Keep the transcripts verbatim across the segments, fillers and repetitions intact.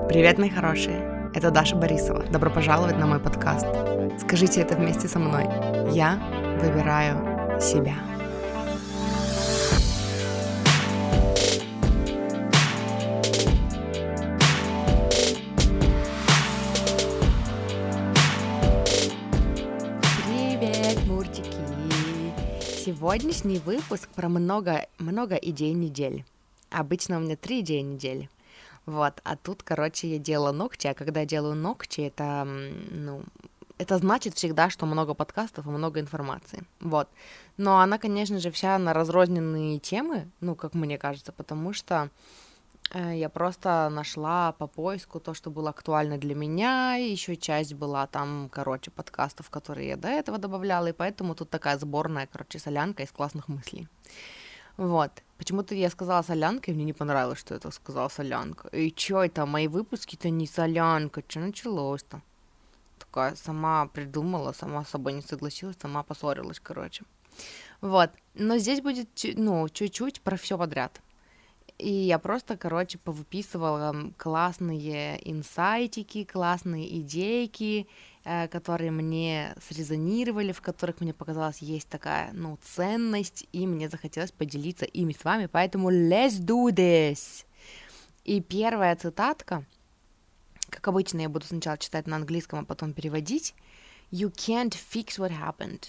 Привет, мои хорошие! Это Даша Борисова. Добро пожаловать на мой подкаст. Скажите это вместе со мной. Я выбираю себя. Привет, мурчики! Сегодняшний выпуск про много, много идей недели. Обычно у меня три идеи недели. Вот, а тут, короче, я делала ногти, а когда я делаю ногти, это, ну, это значит всегда, что много подкастов и много информации, вот. Но она, конечно же, вся на разрозненные темы, ну, как мне кажется, потому что э, я просто нашла по поиску то, что было актуально для меня, еще часть была там, короче, подкастов, которые я до этого добавляла, и поэтому тут такая сборная, короче, солянка из классных мыслей. Вот. Почему-то я сказала солянка, и мне не понравилось, что я так сказала солянка. И чё это, мои выпуски-то не солянка, чё началось-то? Такая сама придумала, сама с собой не согласилась, сама поссорилась, короче. Вот. Но здесь будет, ну, чуть-чуть про все подряд. И я просто, короче, повыписывала классные инсайтики, классные идейки, э, которые мне срезонировали, в которых мне показалось есть такая, ну, ценность, и мне захотелось поделиться ими с вами, поэтому let's do this! И первая цитатка, как обычно, я буду сначала читать на английском, а потом переводить. You can't fix what happened,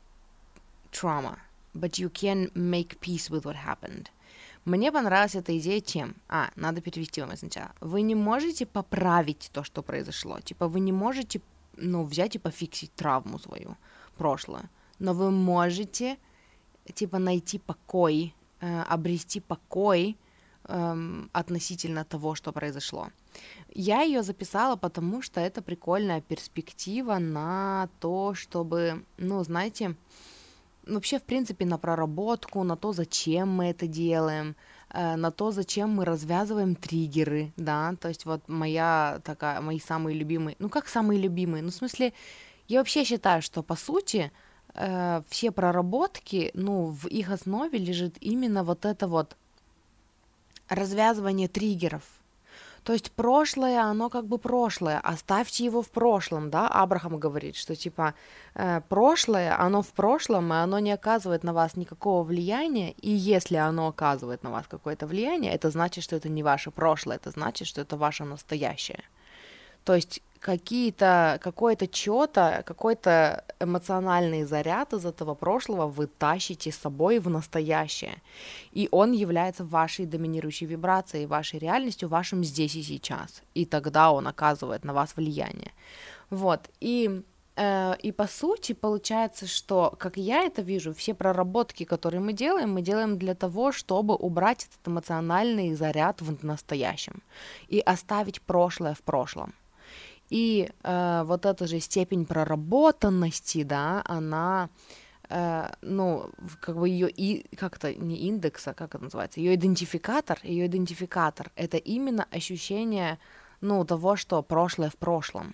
trauma, but you can make peace with what happened. Мне понравилась эта идея чем? А, надо перевести вам сначала. Вы не можете поправить то, что произошло. Типа вы не можете, ну, взять и пофиксить травму свою, прошлое. Но вы можете, типа, найти покой, э, обрести покой э, относительно того, что произошло. Я ее записала, потому что это прикольная перспектива на то, чтобы, ну, знаете... Вообще, в принципе, на проработку, на то, зачем мы это делаем, э, на то, зачем мы развязываем триггеры, да, то есть вот моя такая, мои самые любимые, ну как самые любимые, ну в смысле, я вообще считаю, что по сути э, все проработки, ну в их основе лежит именно вот это вот развязывание триггеров. То есть прошлое, оно как бы прошлое, оставьте его в прошлом, да, Абрахам говорит, что типа э, прошлое, оно в прошлом, и оно не оказывает на вас никакого влияния, и если оно оказывает на вас какое-то влияние, это значит, что это не ваше прошлое, это значит, что это ваше настоящее. То есть какие-то, какое-то чё-то, какой-то эмоциональный заряд из этого прошлого вы тащите с собой в настоящее. И он является вашей доминирующей вибрацией, вашей реальностью, вашим здесь и сейчас. И тогда он оказывает на вас влияние. Вот. И, э, и по сути получается, что, как я это вижу, все проработки, которые мы делаем, мы делаем для того, чтобы убрать этот эмоциональный заряд в настоящем и оставить прошлое в прошлом. И э, вот эта же степень проработанности, да, она, э, ну, как бы ее, и, как-то не индекса, как это называется, ее идентификатор, ее идентификатор, это именно ощущение, ну, того, что прошлое в прошлом.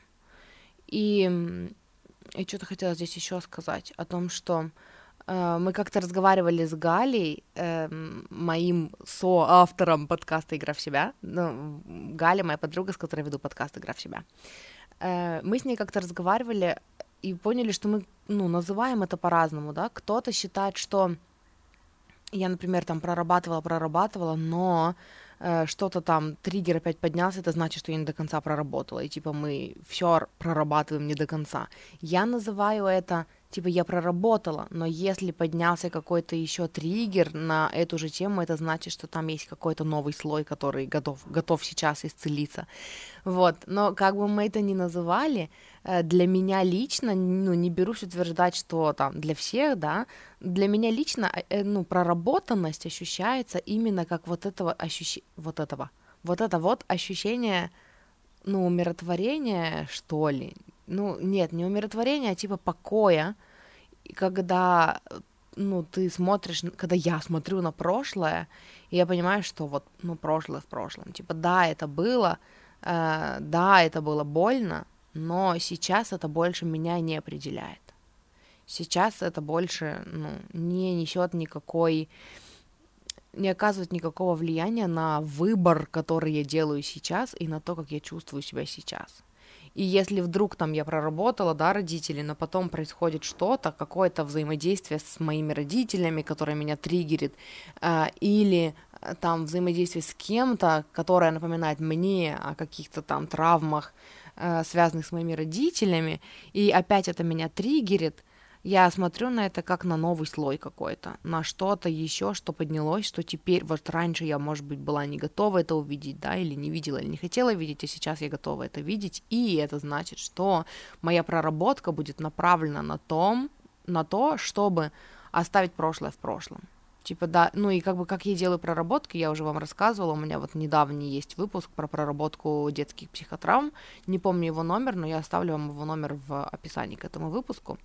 И, и что-то хотела здесь еще сказать о том, что э, мы как-то разговаривали с Галей, э, моим соавтором подкаста «Игра в себя». Ну, Галя, моя подруга, с которой я веду подкаст «Игра в себя». Э, мы с ней как-то разговаривали и поняли, что мы, ну, называем это по-разному, да. Кто-то считает, что я, например, там прорабатывала, прорабатывала, но э, что-то там, триггер опять поднялся, это значит, что я не до конца проработала, и типа мы все прорабатываем не до конца. Я называю это, типа, я проработала, но если поднялся какой-то еще триггер на эту же тему, это значит, что там есть какой-то новый слой, который готов, готов сейчас исцелиться. Вот, но как бы мы это ни называли, для меня лично, ну, не берусь утверждать, что там для всех, да, для меня лично, ну, проработанность ощущается именно как вот этого ощущения, вот этого, вот это вот ощущение, ну, умиротворения, что ли, ну, нет, не умиротворения, а типа покоя, когда, ну, ты смотришь, когда я смотрю на прошлое, и я понимаю, что вот, ну, прошлое в прошлом, типа, да, это было, э, да, это было больно, но сейчас это больше меня не определяет. Сейчас это больше, ну, не несет никакой не оказывает никакого влияния на выбор, который я делаю сейчас, и на то, как я чувствую себя сейчас. И если вдруг там я проработала, да, родителей, но потом происходит что-то, какое-то взаимодействие с моими родителями, которое меня триггерит, э, или э, там взаимодействие с кем-то, которое напоминает мне о каких-то там травмах, э, связанных с моими родителями, и опять это меня триггерит, я смотрю на это как на новый слой какой-то, на что-то еще, что поднялось, что теперь, вот раньше я, может быть, была не готова это увидеть, да, или не видела, или не хотела видеть, а сейчас я готова это видеть, и это значит, что моя проработка будет направлена на том, на то, чтобы оставить прошлое в прошлом. Типа, да, ну и как бы как я делаю проработки, я уже вам рассказывала, у меня вот недавний есть выпуск про проработку детских психотравм, не помню его номер, но я оставлю вам его номер в описании к этому выпуску,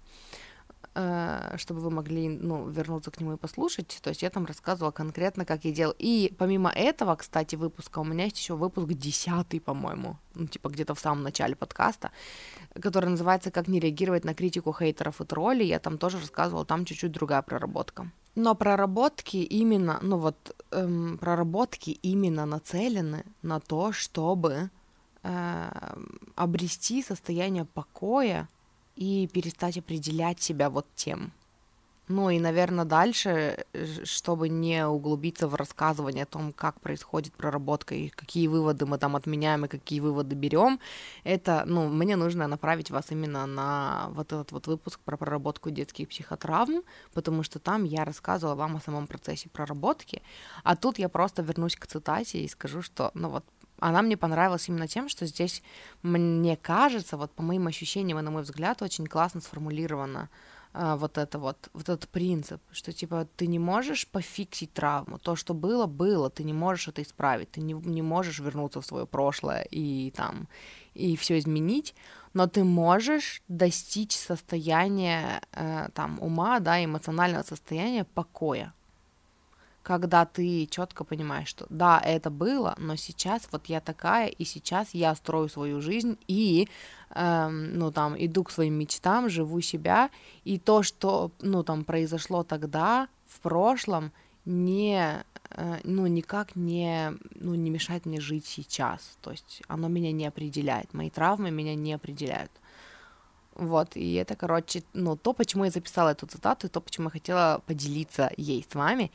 чтобы вы могли, ну, вернуться к нему и послушать. То есть я там рассказывала конкретно, как я делала. И помимо этого, кстати, выпуска, у меня есть еще выпуск десятый, по-моему, ну, типа где-то в самом начале подкаста, который называется «Как не реагировать на критику хейтеров и троллей». Я там тоже рассказывала, там чуть-чуть другая проработка. Но проработки именно, ну вот, эм, проработки именно нацелены на то, чтобы э, обрести состояние покоя и перестать определять себя вот тем. Ну и, наверное, дальше, чтобы не углубиться в рассказывание о том, как происходит проработка и какие выводы мы там отменяем и какие выводы берем, это, ну, мне нужно направить вас именно на вот этот вот выпуск про проработку детских психотравм, потому что там я рассказывала вам о самом процессе проработки, а тут я просто вернусь к цитате и скажу, что, ну вот, она мне понравилась именно тем, что здесь, мне кажется, вот по моим ощущениям и на мой взгляд, очень классно сформулировано а, вот это вот, вот этот принцип, что типа ты не можешь пофиксить травму, то, что было, было, ты не можешь это исправить, ты не, не можешь вернуться в свое прошлое и там, и все изменить, но ты можешь достичь состояния э, там ума, да, эмоционального состояния покоя, когда ты четко понимаешь, что да, это было, но сейчас вот я такая, и сейчас я строю свою жизнь и, эм, ну, там, иду к своим мечтам, живу себя, и то, что, ну, там, произошло тогда, в прошлом, не, э, ну, никак не, ну, не мешает мне жить сейчас, то есть оно меня не определяет, мои травмы меня не определяют. Вот, и это, короче, ну, то, почему я записала эту цитату, и то, почему я хотела поделиться ей с вами.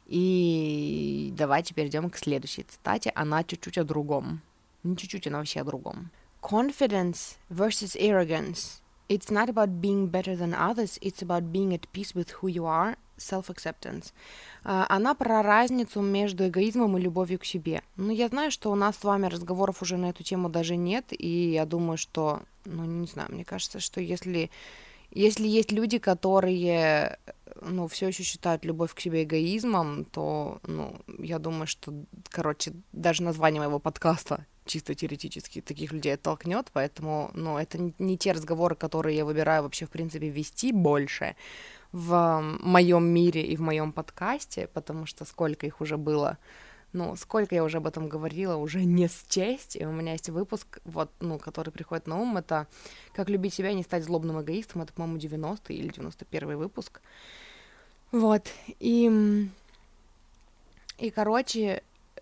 И давайте перейдем к следующей цитате. Она чуть-чуть о другом. Не чуть-чуть, она вообще о другом. Confidence versus arrogance. It's not about being better than others, it's about being at peace with who you are, self-acceptance. Uh, она про разницу между эгоизмом и любовью к себе. Ну, я знаю, что у нас с вами разговоров уже на эту тему даже нет, и я думаю, что, ну, не знаю, мне кажется, что если, если есть люди, которые, ну, все еще считают любовь к себе эгоизмом, то, ну, я думаю, что, короче, даже название моего подкаста чисто теоретически таких людей оттолкнет, поэтому, ну, это не те разговоры, которые я выбираю вообще, в принципе, вести больше в моем мире и в моем подкасте, потому что сколько их уже было, ну, сколько я уже об этом говорила, уже не счесть, и у меня есть выпуск, вот, ну, который приходит на ум, это «Как любить себя и не стать злобным эгоистом», это, по-моему, девяностый или девяносто первый выпуск, вот, и, и, короче,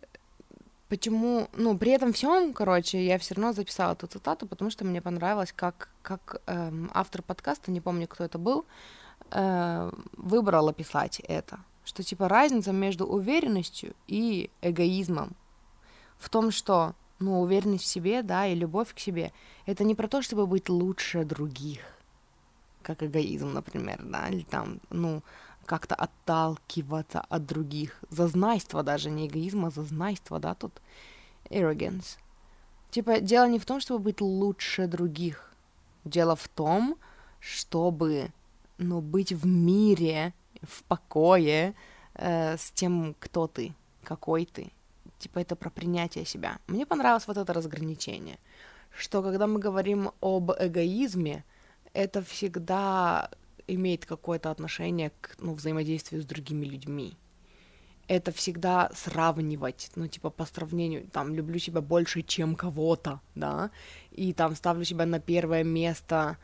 почему, ну, при этом всем, короче, я все равно записала эту цитату, потому что мне понравилось, как, как эм, автор подкаста, не помню, кто это был, э, выбрал описать это, что, типа, разница между уверенностью и эгоизмом в том, что, ну, уверенность в себе, да, и любовь к себе, это не про то, чтобы быть лучше других, как эгоизм, например, да, или там, ну, как-то отталкиваться от других. Зазнайство даже, не эгоизм, а зазнайство, да, тут arrogance. Типа, дело не в том, чтобы быть лучше других. Дело в том, чтобы, ну, быть в мире, в покое э, с тем, кто ты, какой ты. Типа, это про принятие себя. Мне понравилось вот это разграничение, что когда мы говорим об эгоизме, это всегда имеет какое-то отношение к, ну, взаимодействию с другими людьми. Это всегда сравнивать, ну, типа, по сравнению, там, люблю себя больше, чем кого-то, да, и там ставлю себя на первое место,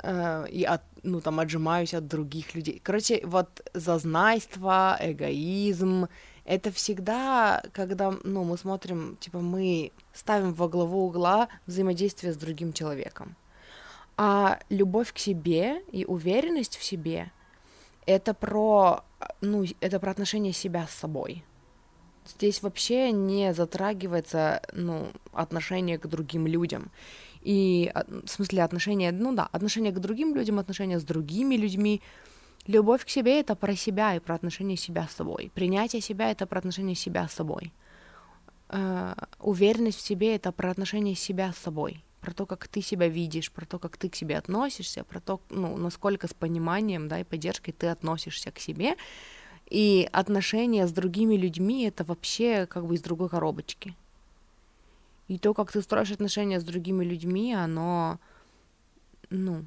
э, и от, ну, там, отжимаюсь от других людей. Короче, вот зазнайство, эгоизм, это всегда, когда, ну, мы смотрим, типа, мы ставим во главу угла взаимодействие с другим человеком. А любовь к себе и уверенность в себе — это про, ну, это про отношение себя с собой. Здесь вообще не затрагивается, ну, отношение к другим людям. И, в смысле, отношение, ну да, отношение к другим людям, отношение с другими людьми. Любовь к себе — это про себя и про отношение себя с собой. Принятие себя — это про отношение себя с собой. Э, уверенность в себе — это про отношение себя с собой. Про то, как ты себя видишь, про то, как ты к себе относишься, про то, ну, насколько с пониманием, да, и поддержкой ты относишься к себе. И отношения с другими людьми — это вообще как бы из другой коробочки. И то, как ты строишь отношения с другими людьми, оно, ну,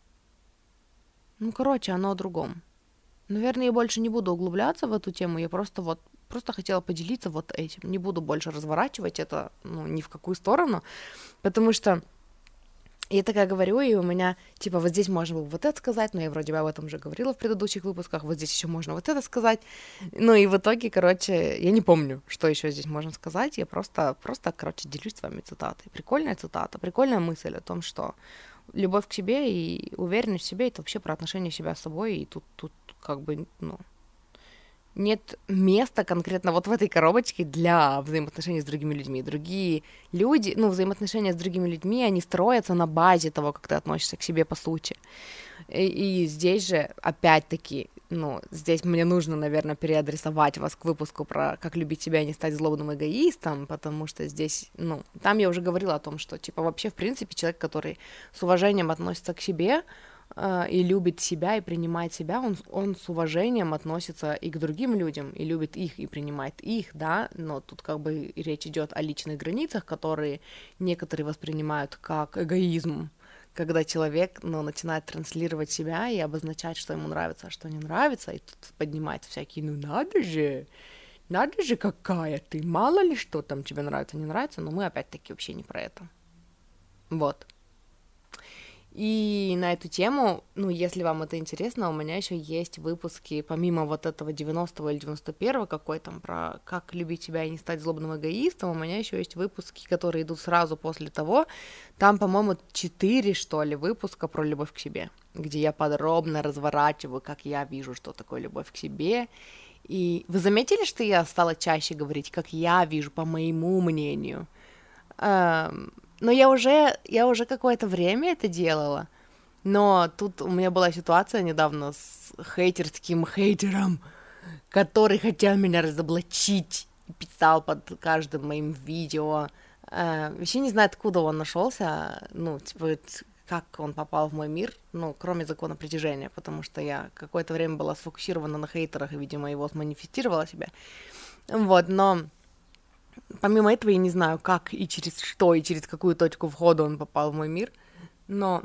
ну, короче, оно о другом. Наверное, я больше не буду углубляться в эту тему, я просто вот, просто хотела поделиться вот этим. Не буду больше разворачивать это, ну, ни в какую сторону, потому что я такая говорю, и у меня, типа, вот здесь можно было вот это сказать, но я вроде бы об этом уже говорила в предыдущих выпусках, вот здесь еще можно вот это сказать. Ну и в итоге, короче, я не помню, что еще здесь можно сказать, я просто, просто, короче, делюсь с вами цитатой. Прикольная цитата, прикольная мысль о том, что любовь к себе и уверенность в себе — это вообще про отношение себя с собой, и тут, тут как бы, ну, нет места конкретно вот в этой коробочке для взаимоотношений с другими людьми. Другие люди, ну, взаимоотношения с другими людьми, они строятся на базе того, как ты относишься к себе по сути. И, и здесь же, опять-таки, ну, здесь мне нужно, наверное, переадресовать вас к выпуску про как любить себя и не стать злобным эгоистом, потому что здесь, ну, там я уже говорила о том, что, типа, вообще, в принципе, человек, который с уважением относится к себе, и любит себя, и принимает себя, он, он с уважением относится и к другим людям, и любит их, и принимает их, да, но тут как бы речь идет о личных границах, которые некоторые воспринимают как эгоизм, когда человек, ну, начинает транслировать себя и обозначать, что ему нравится, а что не нравится, и тут поднимаются всякие, ну, надо же, надо же, какая ты, мало ли что там тебе нравится, не нравится, но мы опять-таки вообще не про это. Вот. И на эту тему, ну, если вам это интересно, у меня еще есть выпуски, помимо вот этого девяностого или девяносто первого, какой там, про как любить себя и не стать злобным эгоистом, у меня еще есть выпуски, которые идут сразу после того. Там, по-моему, четыре, что ли, выпуска про любовь к себе, где я подробно разворачиваю, как я вижу, что такое любовь к себе. И вы заметили, что я стала чаще говорить, как я вижу, по моему мнению? Эм... Но я уже, я уже какое-то время это делала, но тут у меня была ситуация недавно с хейтерским хейтером, который хотел меня разоблачить и писал под каждым моим видео. Э, вообще не знаю, откуда он нашелся, ну, типа, как он попал в мой мир, ну, кроме закона притяжения, потому что я какое-то время была сфокусирована на хейтерах и, видимо, его сманифестировала себя. Вот, но... Помимо этого, я не знаю, как и через что, и через какую точку входа он попал в мой мир, но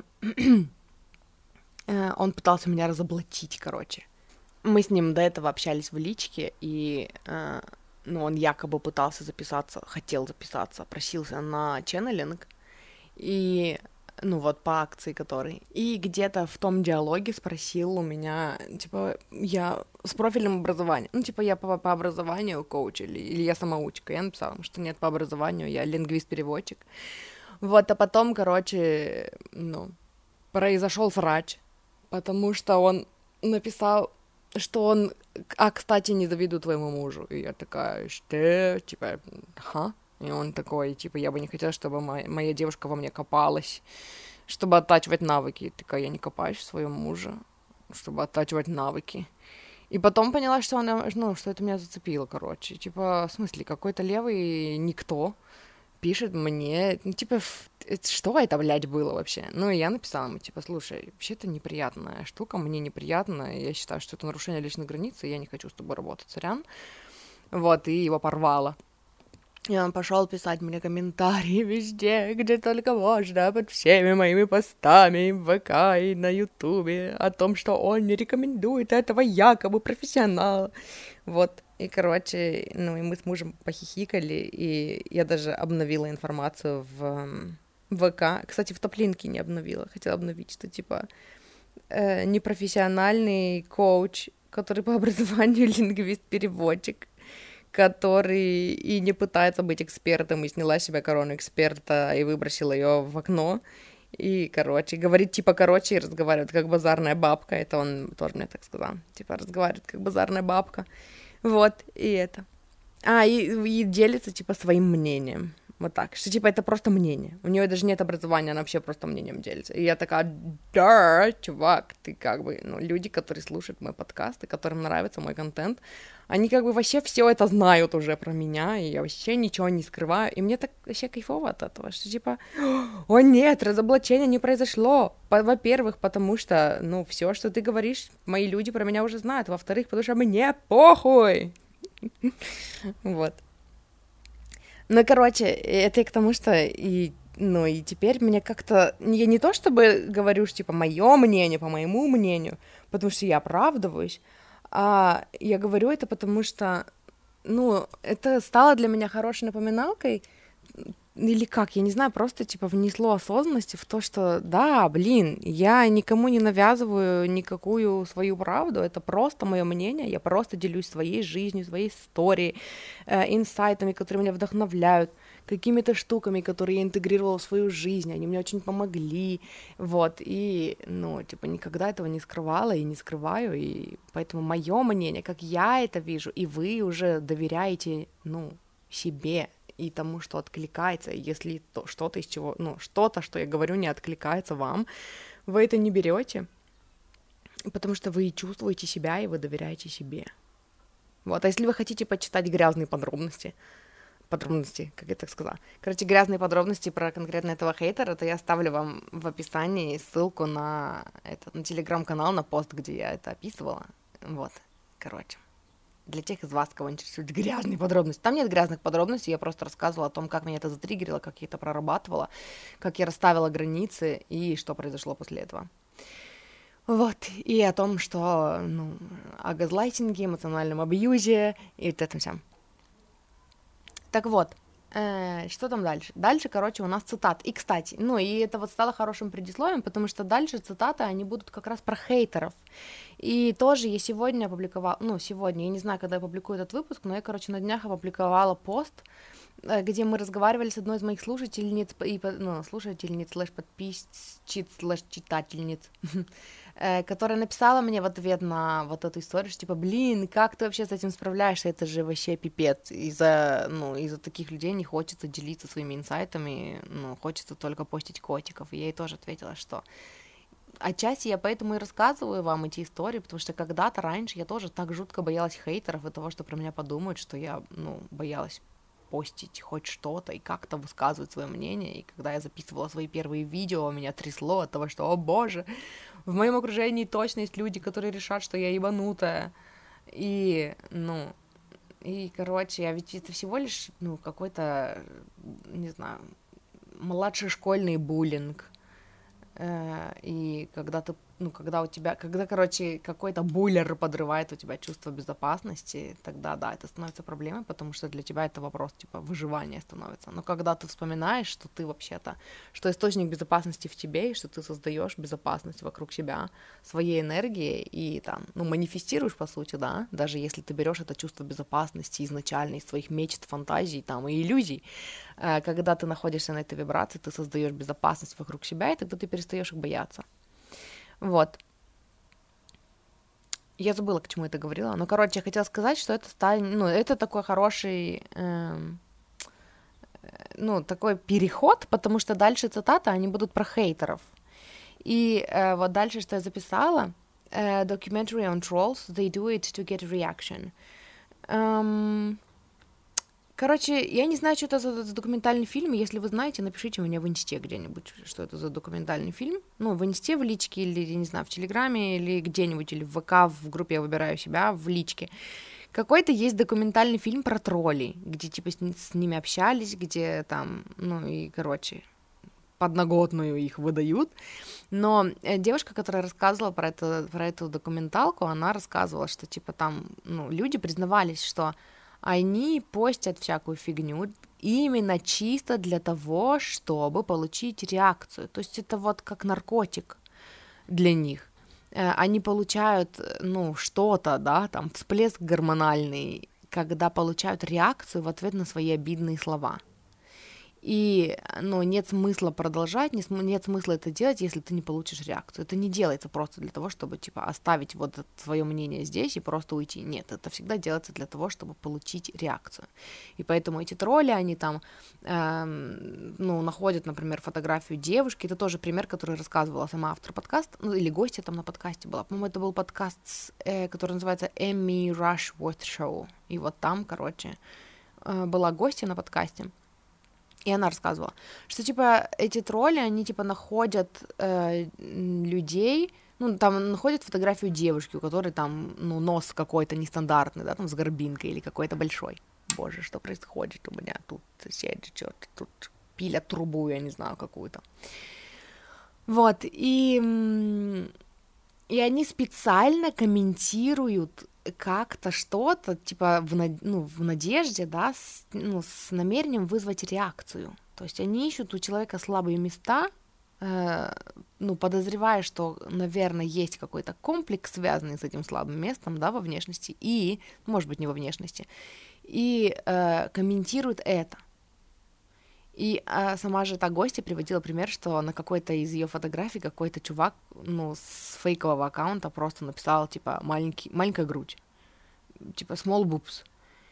он пытался меня разоблачить, короче. Мы с ним до этого общались в личке, и ну, он якобы пытался записаться, хотел записаться, просился на ченнелинг, и, ну вот, по акции который. И где-то в том диалоге спросил у меня, типа, я с профильным образованием, ну, типа, я по, по образованию коуч или, или я самоучка. Я написала, что нет, по образованию я лингвист-переводчик. Вот, а потом, короче, ну, произошел срач, потому что он написал, что он, а, кстати, не завидую твоему мужу. И я такая, что, типа, ха? И он такой, типа, я бы не хотела, чтобы моя, моя девушка во мне копалась, чтобы оттачивать навыки. И такая, я не копаюсь в своем муже, чтобы оттачивать навыки. И потом поняла, что она, ну, что это меня зацепило, короче. Типа, в смысле, какой-то левый никто пишет мне, ну, типа, что это, блядь, было вообще? Ну, и я написала ему, типа, слушай, вообще это неприятная штука, мне неприятно, я считаю, что это нарушение личной границы, и я не хочу с тобой работать, сорян. Вот, и его порвало. И он пошел писать мне комментарии везде, где только можно, под всеми моими постами в ВК и на Ютубе о том, что он не рекомендует этого якобы профессионала. Вот, и, короче, ну, и мы с мужем похихикали, и я даже обновила информацию в, ВК. Кстати, в топ-линке не обновила, хотела обновить, что, типа, э, непрофессиональный коуч, который по образованию лингвист-переводчик, который и не пытается быть экспертом, и сняла с себя корону эксперта, и выбросила ее в окно, и, короче, говорит, типа, короче, и разговаривает, как базарная бабка, это он тоже мне так сказал, типа, разговаривает, как базарная бабка, вот, и это. А, и, и делится, типа, своим мнением. Вот так, что, типа, это просто мнение. У нее даже нет образования, она вообще просто мнением делится. И я такая, да, чувак, ты как бы, ну, люди, которые слушают мой подкаст, и которым нравится мой контент, они как бы вообще все это знают уже про меня, и я вообще ничего не скрываю. И мне так вообще кайфово от этого, что, типа, о нет, разоблачение не произошло. Во-первых, потому что, ну, все, что ты говоришь, мои люди про меня уже знают. Во-вторых, потому что мне похуй. Вот. Ну, короче, это и к тому, что и, ну, и теперь мне как-то... Я не то чтобы говорю, что, типа, мое мнение, по моему мнению, потому что я оправдываюсь, а я говорю это потому что, ну, это стало для меня хорошей напоминалкой, или как, я не знаю, просто, типа, внесло осознанности в то, что, да, блин, я никому не навязываю никакую свою правду, это просто мое мнение, я просто делюсь своей жизнью, своей историей, э, инсайтами, которые меня вдохновляют, какими-то штуками, которые я интегрировала в свою жизнь, они мне очень помогли, вот, и, ну, типа, никогда этого не скрывала и не скрываю, и поэтому мое мнение, как я это вижу, и вы уже доверяете, ну, себе, и тому, что откликается, и если то, что-то из чего, ну, что-то, что я говорю, не откликается вам, вы это не берете, потому что вы чувствуете себя, и вы доверяете себе. Вот, а если вы хотите почитать грязные подробности, подробности, как я так сказала, короче, грязные подробности про конкретно этого хейтера, то я оставлю вам в описании ссылку на, этот, на телеграм-канал, на пост, где я это описывала, вот, короче. Для тех из вас, кого интересуют грязные подробности. Там нет грязных подробностей, я просто рассказывала о том, как меня это затриггерило, как я это прорабатывала, как я расставила границы и что произошло после этого. Вот, и о том, что, ну, о газлайтинге, эмоциональном абьюзе и вот этом всем. Так вот, э, что там дальше? Дальше, короче, у нас цитат. И, кстати, ну, и это вот стало хорошим предисловием, потому что дальше цитаты, они будут как раз про хейтеров. И тоже я сегодня опубликовала, ну, сегодня, я не знаю, когда я публикую этот выпуск, но я, короче, на днях опубликовала пост, где мы разговаривали с одной из моих слушательниц, и, ну, слушательниц, слэш-подписчиц, слэш-читательниц, которая написала мне в ответ на вот эту историю, что, типа, блин, как ты вообще с этим справляешься, это же вообще пипец, из-за, ну, из-за таких людей не хочется делиться своими инсайтами, ну, хочется только постить котиков, и я ей тоже ответила, что отчасти я поэтому и рассказываю вам эти истории, потому что когда-то раньше я тоже так жутко боялась хейтеров и того, что про меня подумают, что я, ну, боялась постить хоть что-то и как-то высказывать свое мнение, и когда я записывала свои первые видео, меня трясло от того, что, о боже, в моем окружении точно есть люди, которые решат, что я ебанутая, и, ну, и, короче, а ведь это всего лишь, ну, какой-то, не знаю, младший школьный буллинг, и когда ты, ну, когда у тебя, когда, короче, какой-то буллер подрывает у тебя чувство безопасности, тогда, да, это становится проблемой, потому что для тебя это вопрос, типа, выживания становится. Но когда ты вспоминаешь, что ты вообще-то, что источник безопасности в тебе, и что ты создаешь безопасность вокруг себя своей энергией и, там, ну, манифестируешь, по сути, да, даже если ты берешь это чувство безопасности изначально из своих мечт, фантазий, там, и иллюзий, когда ты находишься на этой вибрации, ты создаешь безопасность вокруг себя, и тогда ты перестаешь их бояться. Вот. Я забыла, к чему это говорила. Но, короче, я хотела сказать, что это стань, ну, это такой хороший, эм, ну, такой переход, потому что дальше цитаты, они будут про хейтеров. И э, вот дальше, что я записала, э, documentary on trolls, they do it to get a reaction. Эм, Короче, я не знаю, что это за, за документальный фильм. Если вы знаете, напишите мне в инсте где-нибудь, что это за документальный фильм. Ну, в инсте, в личке, или, я не знзнаю, в телеграме, или где-нибудь, или в ВК, в группе «Я выбираю себя», в личке. Какой-то есть документальный фильм про троллей, где, типа, с, с ними общались, где там, ну, и, короче, подноготную их выдают. Но девушка, которая рассказывала про, это, про эту документалку, она рассказывала, что, типа, там, ну, люди признавались, что Они постят всякую фигню именно чисто для того, чтобы получить реакцию. То есть это вот как наркотик для них. Они получают, ну, что-то, да, там, всплеск гормональный, когда получают реакцию в ответ на свои обидные слова. И, ну, нет смысла продолжать, нет смысла это делать, если ты не получишь реакцию. Это не делается просто для того, чтобы, типа, оставить вот свое мнение здесь и просто уйти. Нет, это всегда делается для того, чтобы получить реакцию. И поэтому эти тролли, они там, эм, ну, находят, например, фотографию девушки. Это тоже пример, который рассказывала сама автор подкаста, ну, или гостья там на подкасте была. По-моему, это был подкаст, э, который называется Emmy Rushworth Show. И вот там, короче, э, была гостья на подкасте. И она рассказывала, что, типа, эти тролли, они, типа, находят э, людей, ну, там, находят фотографию девушки, у которой там, ну, нос какой-то нестандартный, да, там, с горбинкой или какой-то большой. Боже, что происходит у меня тут? Соседи что-то тут пилят трубу, я не знаю, какую-то. Вот, и, и они специально комментируют как-то что-то, типа, в, ну, в надежде, да, с, ну, с намерением вызвать реакцию. То есть они ищут у человека слабые места, э, ну, подозревая, что, наверное, есть какой-то комплекс, связанный с этим слабым местом, да, во внешности, и, может быть, не во внешности, и э, комментируют это. И а, сама же та гостья приводила пример, что на какой-то из ее фотографий какой-то чувак, ну, с фейкового аккаунта просто написал, типа, маленький, маленькая грудь, типа, small boobs.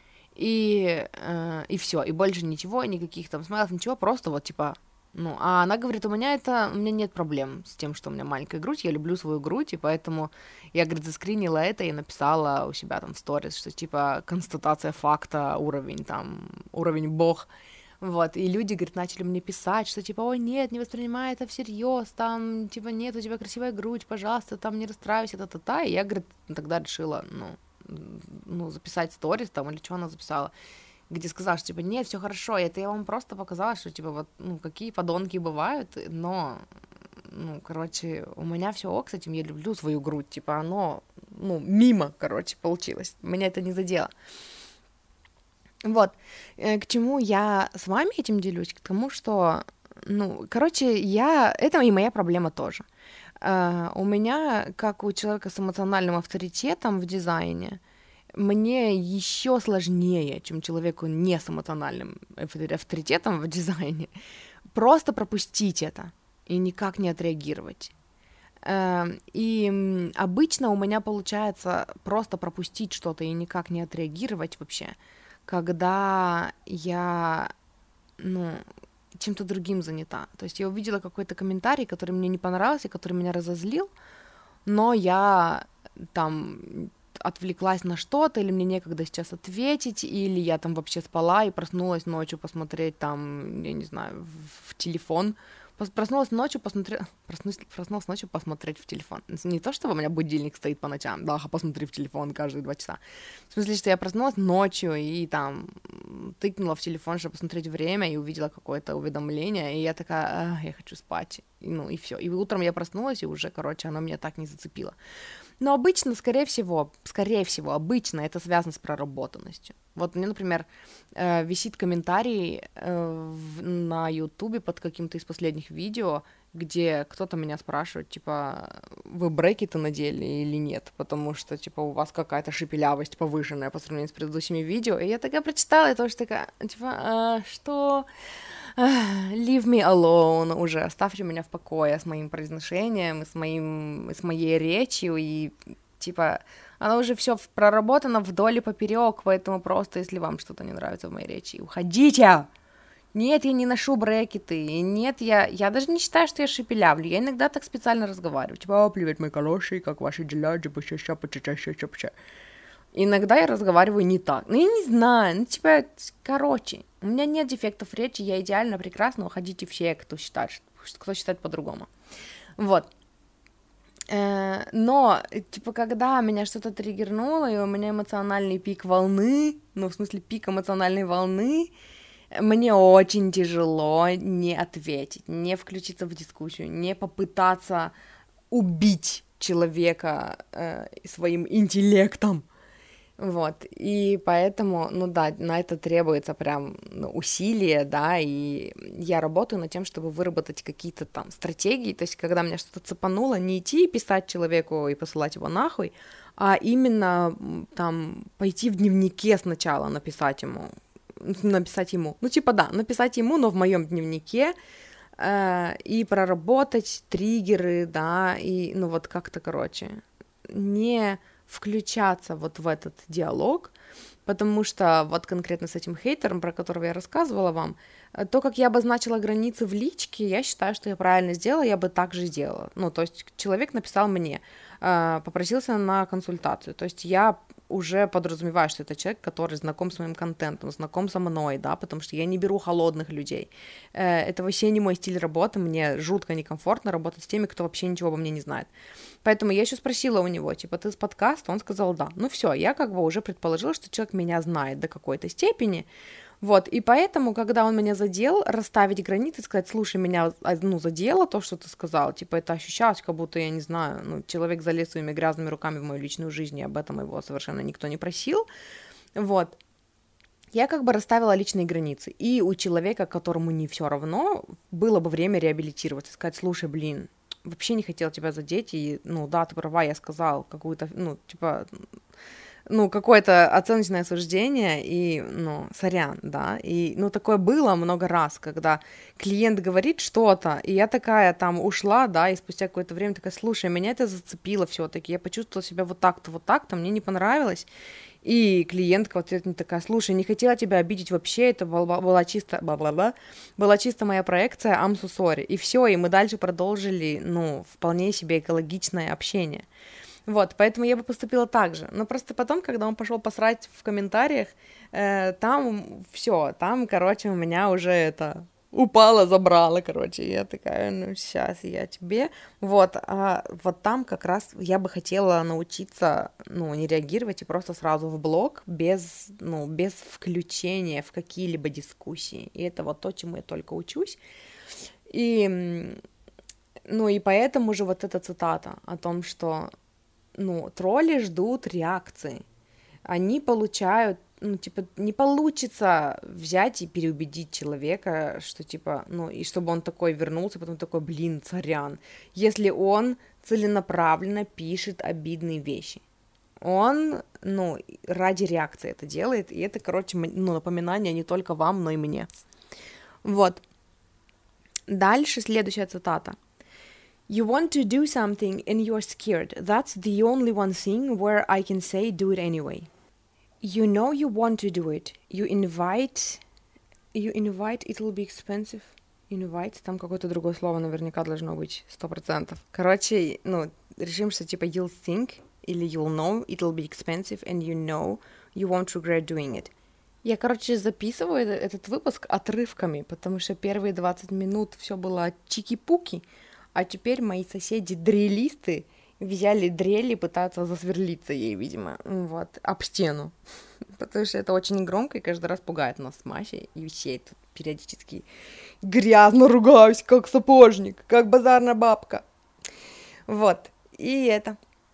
И, э, и все, и больше ничего, никаких там смайлов, ничего, просто вот, типа, ну, а она говорит, у меня это, у меня нет проблем с тем, что у меня маленькая грудь, я люблю свою грудь, и поэтому я, говорит, заскринила это и написала у себя там в сторис, что, типа, констатация факта, уровень там, уровень бог. Вот, и люди, говорит, начали мне писать, что, типа, ой, нет, не воспринимай это всерьез, там, типа, нет, у тебя красивая грудь, пожалуйста, там, не расстраивайся, та-та-та, и я, говорит, тогда решила, ну, ну, записать сторис, там, или что она записала, где сказала, что, типа, нет, все хорошо, и это я вам просто показала, что, типа, вот, ну, какие подонки бывают, но, ну, короче, у меня все ок с этим, я люблю свою грудь, типа, оно, ну, мимо, короче, получилось, меня это не задело. Вот, к чему я с вами этим делюсь, к тому, что, ну, короче, я, это и моя проблема тоже. Uh, у меня, как у человека с эмоциональным авторитетом в дизайне, мне еще сложнее, чем человеку не с эмоциональным авторитетом в дизайне, просто пропустить это и никак не отреагировать. Uh, и обычно у меня получается просто пропустить что-то и никак не отреагировать вообще, когда я, ну, чем-то другим занята. То есть я увидела какой-то комментарий, который мне не понравился, который меня разозлил, но я там отвлеклась на что-то, или мне некогда сейчас ответить, или я там вообще спала и проснулась ночью посмотреть там, я не знаю, в, в телефон. Проснулась ночью, посмотрела... Проснулась, проснулась ночью посмотреть в телефон. Не то, что у меня будильник стоит по ночам, да, посмотри в телефон каждые два часа. В смысле, что я проснулась ночью и там тыкнула в телефон, чтобы посмотреть время, и увидела какое-то уведомление, и я такая, я хочу спать. И, ну, и все. И утром я проснулась, и уже, короче, оно меня так не зацепило. Но обычно, скорее всего, скорее всего, обычно это связано с проработанностью. Вот мне, например, э, висит комментарий э, в, на Ютубе под каким-то из последних видео, где кто-то меня спрашивает, типа, вы брекеты надели или нет, потому что, типа, у вас какая-то шепелявость повышенная по сравнению с предыдущими видео. И я такая прочитала, и тоже такая, типа, а, что... Leave me alone, уже оставьте меня в покое с моим произношением, с, моим, с моей речью, и, типа, оно уже все проработано вдоль и поперек, поэтому просто, если вам что-то не нравится в моей речи, уходите! Нет, я не ношу брекеты, нет, я, я даже не считаю, что я шепелявлю, я иногда так специально разговариваю, типа, о, привет, мои хорошие, как ваши дела, иногда я разговариваю не так, ну, я не знаю, ну, типа, короче, у меня нет дефектов речи, я идеально, прекрасно, уходите все, кто считает, кто считает по-другому, вот. Но, типа, когда меня что-то триггернуло, и у меня эмоциональный пик волны, ну, в смысле, пик эмоциональной волны, мне очень тяжело не ответить, не включиться в дискуссию, не попытаться убить человека э, своим интеллектом. Вот, и поэтому, ну да, на это требуется прям ну, усилие, да, и я работаю над тем, чтобы выработать какие-то там стратегии, то есть когда меня что-то цепануло, не идти и писать человеку и посылать его нахуй, а именно там пойти в дневнике сначала написать ему, написать ему, ну типа да, написать ему, но в моем дневнике, э, и проработать триггеры, да, и ну вот как-то, короче, не включаться вот в этот диалог, потому что вот конкретно с этим хейтером, про которого я рассказывала вам, то, как я обозначила границы в личке, я считаю, что я правильно сделала, я бы так же сделала. Ну, то есть человек написал мне, попросился на консультацию, то есть я уже подразумеваю, что это человек, который знаком с моим контентом, знаком со мной, да, потому что я не беру холодных людей. Это вообще не мой стиль работы, мне жутко некомфортно работать с теми, кто вообще ничего обо мне не знает. Поэтому я еще спросила у него, типа, ты с подкаста? Он сказал, да. Ну все, я как бы уже предположила, что человек меня знает до какой-то степени. Вот, и поэтому, когда он меня задел, расставить границы, сказать, слушай, меня, ну, задело то, что ты сказал, типа, это ощущалось, как будто, я не знаю, ну, человек залез своими грязными руками в мою личную жизнь, и об этом его совершенно никто не просил, вот. Я как бы расставила личные границы, и у человека, которому не все равно, было бы время реабилитироваться, сказать, слушай, блин, вообще не хотел тебя задеть, и, ну, да, ты права, я сказал какую-то, ну, типа, ну, какое-то оценочное суждение, и, ну, сорян, да, и, ну, такое было много раз, когда клиент говорит что-то, и я такая там ушла, да, и спустя какое-то время такая, слушай, меня это зацепило все-таки, я почувствовала себя вот так-то, вот так-то, мне не понравилось, и клиентка в ответ мне такая, слушай, не хотела тебя обидеть вообще, это была, была чисто, бла-бла-бла, была чисто моя проекция, I'm so sorry, и все, и мы дальше продолжили, ну, вполне себе экологичное общение. Вот, поэтому я бы поступила так же. Но просто потом, когда он пошел посрать в комментариях, э, там все, там, короче, у меня уже это упала, забрала, короче. Я такая, ну, сейчас я тебе. Вот, а вот там как раз я бы хотела научиться, ну, не реагировать и просто сразу в блок, без, ну, без включения в какие-либо дискуссии. И это вот то, чему я только учусь. И, ну, и поэтому же вот эта цитата о том, что ну, тролли ждут реакции. Они получают, ну, типа, не получится взять и переубедить человека, что, типа, ну, и чтобы он такой вернулся, потом такой, блин, сорян, если он целенаправленно пишет обидные вещи. Он, ну, ради реакции это делает, и это, короче, ну, напоминание не только вам, но и мне. Вот. Дальше следующая цитата. You want to do something and you're scared. That's the only one thing where I can say do it anyway. You know you want to do it. You invite... You invite, it will be expensive. Invite, там какое-то другое слово наверняка должно быть, сто процентов. Короче, ну, решим, что типа you'll think или you'll know it will be expensive and you know you won't regret doing it. Я, короче, записываю этот выпуск отрывками, потому что первые двадцать минут все было чики-пуки, а теперь мои соседи-дрелисты взяли дрель и пытаются засверлиться ей, видимо, вот, об стену. Потому что это очень громко и каждый раз пугает нас с Машей. И все тут периодически грязно ругаюсь, как сапожник, как базарная бабка. Вот, и это.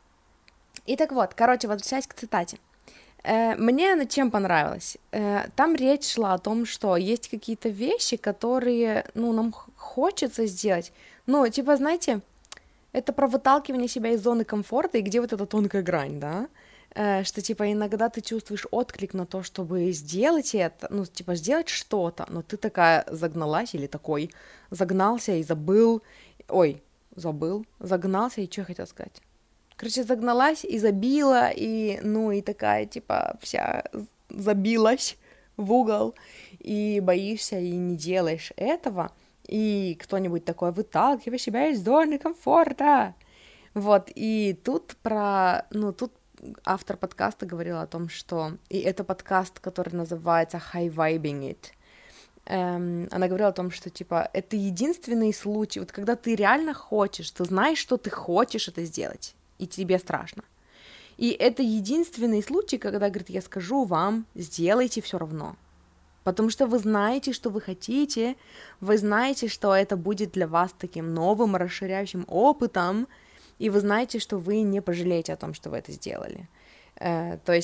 И так вот, короче, возвращаясь к цитате. Мне она чем понравилась? Там речь шла о том, что есть какие-то вещи, которые, ну, нам хочется сделать. Ну, типа, знаете, это про выталкивание себя из зоны комфорта, и где вот эта тонкая грань, да? Что, типа, иногда ты чувствуешь отклик на то, чтобы сделать это, ну, типа, сделать что-то, но ты такая загналась или такой загнался и забыл, ой, забыл, загнался, и что я хотела сказать? Короче, загналась и забила, и, ну, и такая, типа, вся забилась в угол, и боишься, и не делаешь этого, и кто-нибудь такой, выталкивай себя из зоны комфорта. Вот, и тут про, ну, тут автор подкаста говорил о том, что, и это подкаст, который называется High Vibing It, эм, она говорила о том, что, типа, это единственный случай, вот когда ты реально хочешь, ты знаешь, что ты хочешь это сделать, и тебе страшно. И это единственный случай, когда, говорит, я скажу вам, сделайте все равно. Потому что вы знаете, что вы хотите, вы знаете, что это будет для вас таким новым, расширяющим опытом, и вы знаете, что вы не пожалеете о том, что вы это сделали. Э, то есть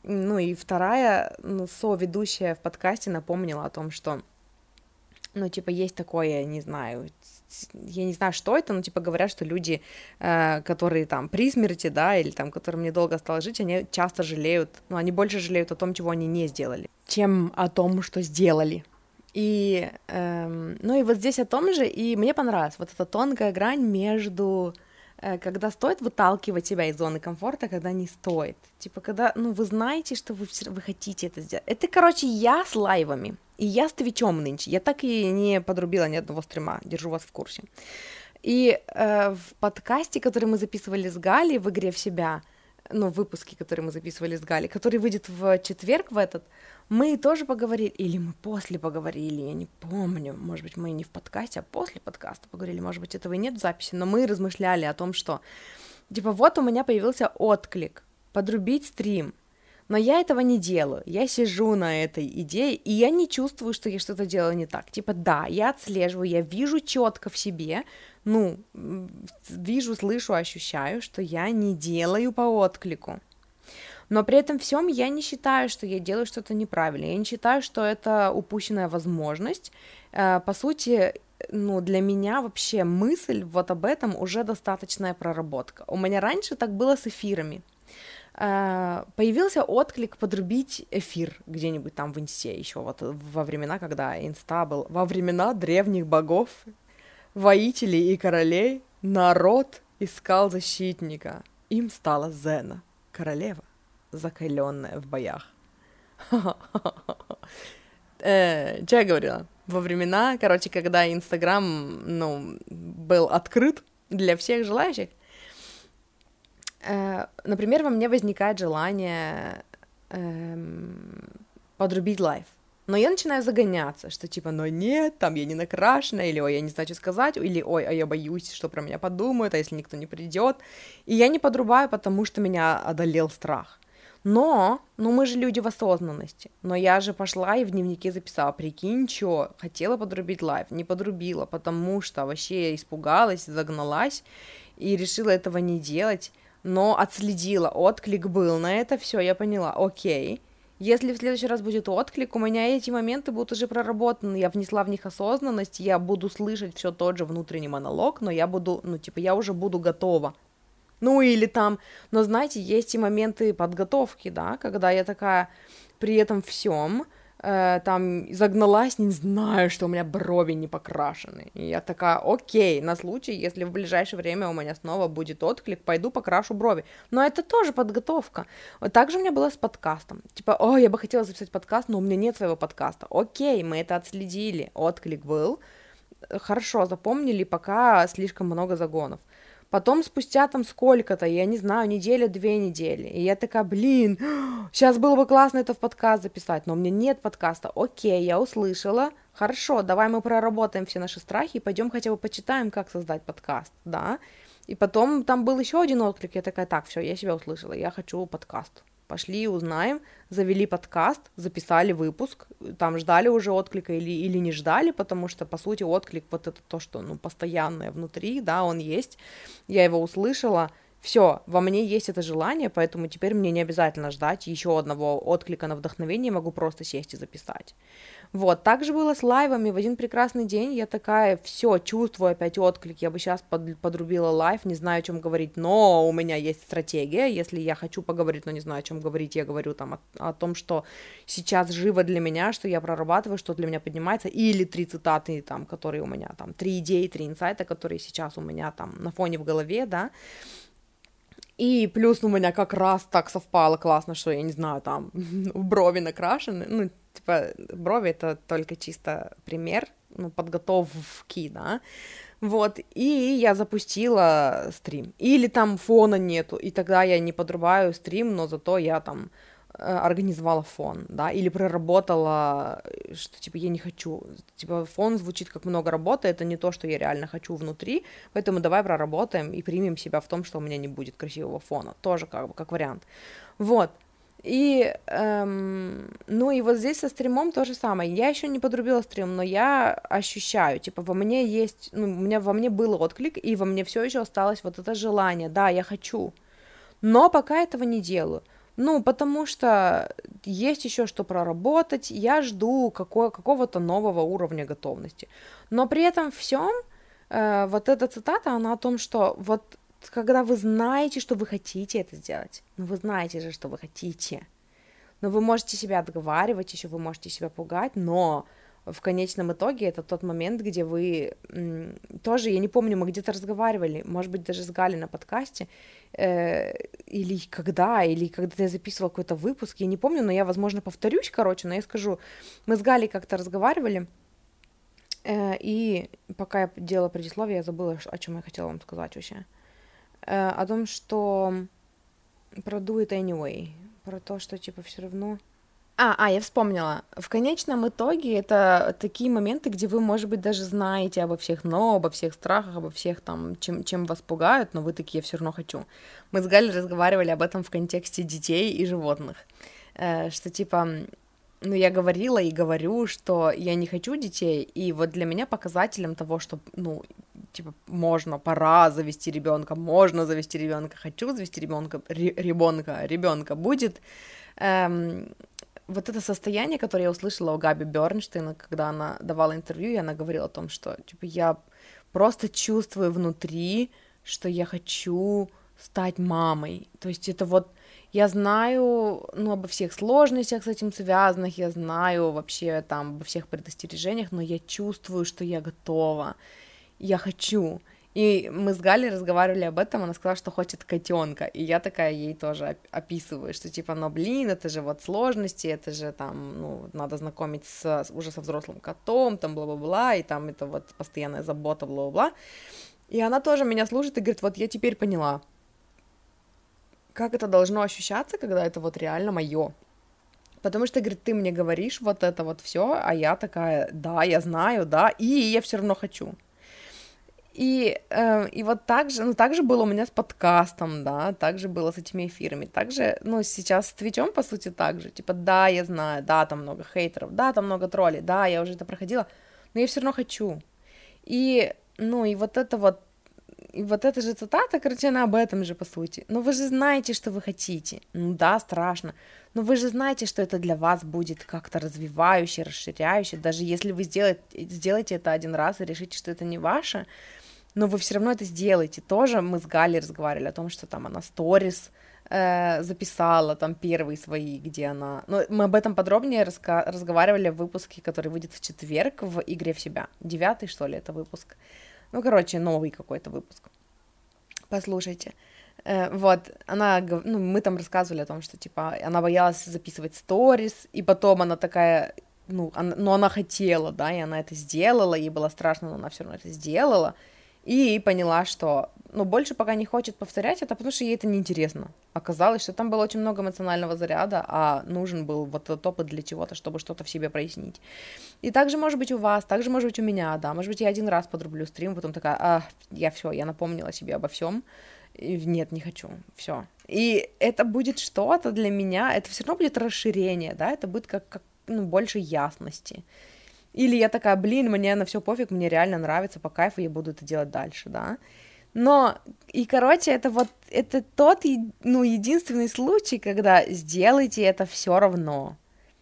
Ну и вторая, ну, соведущая в подкасте напомнила о том, что, ну, типа, есть такое, не знаю, я не знаю, что это, но, типа, говорят, что люди, э, которые там при смерти, да, или там, которым недолго осталось жить, они часто жалеют, ну, они больше жалеют о том, чего они не сделали, чем о том, что сделали. И, эм, ну, и вот здесь о том же, и мне понравилась вот эта тонкая грань между, э, когда стоит выталкивать себя из зоны комфорта, когда не стоит. Типа, когда, ну, вы знаете, что вы, всё- вы хотите это сделать. Это, короче, я с лайвами, и я с Твичом нынче. Я так и не подрубила ни одного стрима, держу вас в курсе. И э, в подкасте, который мы записывали с Галей в «Игре в себя», ну, в выпуске, который мы записывали с Галей, который выйдет в четверг в этот, мы тоже поговорили, или мы после поговорили, я не помню, может быть, мы не в подкасте, а после подкаста поговорили, может быть, этого и нет в записи, но мы размышляли о том, что, типа, вот у меня появился отклик, подрубить стрим, но я этого не делаю, я сижу на этой идее, и я не чувствую, что я что-то делаю не так, типа, да, я отслеживаю, я вижу четко в себе, ну, вижу, слышу, ощущаю, что я не делаю по отклику. Но при этом всем я не считаю, что я делаю что-то неправильно. Я не считаю, что это упущенная возможность. По сути, ну, для меня вообще мысль вот об этом уже достаточная проработка. У меня раньше так было с эфирами. Появился отклик подрубить эфир где-нибудь там в инсте еще вот во времена, когда инста был, во времена древних богов, воителей и королей, народ искал защитника. Им стала Зена, королева, закаленная в боях. э, что я говорила? Во времена, короче, когда Инстаграм, ну, был открыт для всех желающих, э, например, во мне возникает желание э, подрубить лайв. Но я начинаю загоняться, что типа, ну нет, там я не накрашена, или ой, я не знаю, что сказать, или ой, а я боюсь, что про меня подумают, а если никто не придет. И я не подрубаю, потому что меня одолел страх. Но, ну мы же люди в осознанности. Но я же пошла и в дневнике записала, прикинь, что, хотела подрубить лайв, не подрубила, потому что вообще испугалась, загналась и решила этого не делать, но отследила, отклик был на это, все, я поняла, окей. Если в следующий раз будет отклик, у меня эти моменты будут уже проработаны, я внесла в них осознанность, я буду слышать все тот же внутренний монолог, но я буду, ну, типа, я уже буду готова. Ну, или там, но, знаете, есть и моменты подготовки, да, когда я такая при этом всем, э, там, загналась, не знаю, что у меня брови не покрашены. И я такая, окей, на случай, если в ближайшее время у меня снова будет отклик, пойду покрашу брови. Но это тоже подготовка. Вот так же у меня было с подкастом. Типа, о, я бы хотела записать подкаст, но у меня нет своего подкаста. Окей, мы это отследили, отклик был. Хорошо, запомнили, пока слишком много загонов. Потом спустя там сколько-то, я не знаю, неделя, две недели. И я такая, блин, сейчас было бы классно это в подкаст записать, но у меня нет подкаста. Окей, я услышала. Хорошо, давай мы проработаем все наши страхи и пойдем хотя бы почитаем, как создать подкаст, да. И потом там был еще один отклик, я такая, так, все, я себя услышала, я хочу подкаст. Пошли, узнаем, завели подкаст, записали выпуск, там ждали уже отклика или, или не ждали, потому что, по сути, отклик вот это то, что, ну, постоянное внутри, да, он есть, я его услышала, все, во мне есть это желание, поэтому теперь мне не обязательно ждать еще одного отклика на вдохновение, могу просто сесть и записать. Вот, так же было с лайвами, в один прекрасный день я такая, все, чувствую опять отклик, я бы сейчас под, подрубила лайв, не знаю, о чем говорить, но у меня есть стратегия, если я хочу поговорить, но не знаю, о чем говорить, я говорю там о, о том, что сейчас живо для меня, что я прорабатываю, что для меня поднимается, или три цитаты там, которые у меня там, три идеи, три инсайта, которые сейчас у меня там на фоне в голове, да. И плюс у меня как раз так совпало классно, что, я не знаю, там брови накрашены, ну, типа, брови — это только чисто пример, ну, подготовки, да, вот, и я запустила стрим, или там фона нету, и тогда я не подрубаю стрим, но зато я там организовала фон, да, или проработала, что, типа, я не хочу, типа, фон звучит как много работы, это не то, что я реально хочу внутри, поэтому давай проработаем и примем себя в том, что у меня не будет красивого фона, тоже как бы, как вариант, вот, и, эм, ну, и вот здесь со стримом то же самое, я еще не подрубила стрим, но я ощущаю, типа, во мне есть, ну, у меня во мне был отклик, и во мне все еще осталось вот это желание, да, я хочу, но пока этого не делаю. Ну, потому что есть еще что проработать, я жду какого- какого-то нового уровня готовности. Но при этом всем э, вот эта цитата, она о том, что вот когда вы знаете, что вы хотите это сделать, ну вы знаете же, что вы хотите, но вы можете себя отговаривать, еще вы можете себя пугать, но в конечном итоге это тот момент, где вы м, тоже, я не помню, мы где-то разговаривали, может быть, даже с Галей на подкасте, э, или когда, или когда я записывала какой-то выпуск, я не помню, но я, возможно, повторюсь, короче, но я скажу, мы с Галей как-то разговаривали, э, и пока я делала предисловие, я забыла, ш- о чем я хотела вам сказать вообще, Э, о том, что про do it anyway, про то, что, типа, все равно. А, а, я вспомнила. В конечном итоге это такие моменты, где вы, может быть, даже знаете обо всех но, обо всех страхах, обо всех там, чем, чем вас пугают, но вы такие, я все равно хочу. Мы с Галей разговаривали об этом в контексте детей и животных. Э, что типа, м, ну, я говорила и говорю, что я не хочу детей, и вот для меня показателем того, что, ну, типа, можно, пора завести ребенка, можно завести ребенка, хочу завести ребенка, ребенка, ребенка будет эм, вот это состояние, которое я услышала у Габи Бернштейна, когда она давала интервью, и она говорила о том, что, типа, я просто чувствую внутри, что я хочу стать мамой. То есть это вот, я знаю, ну, обо всех сложностях с этим связанных, я знаю вообще там обо всех предостережениях, но я чувствую, что я готова, я хочу. И мы с Галей разговаривали об этом, она сказала, что хочет котенка, и я такая ей тоже описываю, что типа, ну блин, это же вот сложности, это же там, ну, надо знакомить с, с уже со взрослым котом, там бла-бла-бла, и там это вот постоянная забота, бла-бла-бла. И она тоже меня слушает и говорит, вот я теперь поняла, как это должно ощущаться, когда это вот реально мое. Потому что, говорит, ты мне говоришь вот это вот все, а я такая, да, я знаю, да, и я все равно хочу. И, э, и вот так же, ну, так же было у меня с подкастом, да, так же было с этими эфирами, так же, ну, сейчас с Твичом, по сути, так же, типа, да, я знаю, да, там много хейтеров, да, там много троллей, да, я уже это проходила, но я все равно хочу. И, ну, и вот это вот, и вот эта же цитата, короче, она об этом же, по сути. Но вы же знаете, что вы хотите. Ну да, страшно. Но вы же знаете, что это для вас будет как-то развивающе, расширяюще. Даже если вы сделаете, сделаете это один раз и решите, что это не ваше, но вы все равно это сделаете. Тоже мы с Галей разговаривали о том, что там она сторис э, записала, там первые свои, где она... Ну, мы об этом подробнее раска... разговаривали в выпуске, который выйдет в четверг в «Игре в себя». Девятый, что ли, это выпуск. Ну, короче, новый какой-то выпуск. Послушайте. Э, вот, она, ну, мы там рассказывали о том, что, типа, она боялась записывать сторис, и потом она такая, ну, она, ну, она хотела, да, и она это сделала, ей было страшно, но она все равно это сделала, и поняла, что, ну, больше пока не хочет повторять это, потому что ей это неинтересно. Оказалось, что там было очень много эмоционального заряда, а нужен был вот этот опыт для чего-то, чтобы что-то в себе прояснить. И также может быть у вас, также может быть у меня, да, может быть я один раз подрублю стрим, потом такая, а, я все, я напомнила себе обо всем, и нет, не хочу, все. И это будет что-то для меня, это все равно будет расширение, да, это будет как, как ну, больше ясности. Или я такая, блин, мне на все пофиг, мне реально нравится, по кайфу, я буду это делать дальше, да. Но, и, короче, это вот, это тот, ну, единственный случай, когда сделайте это все равно.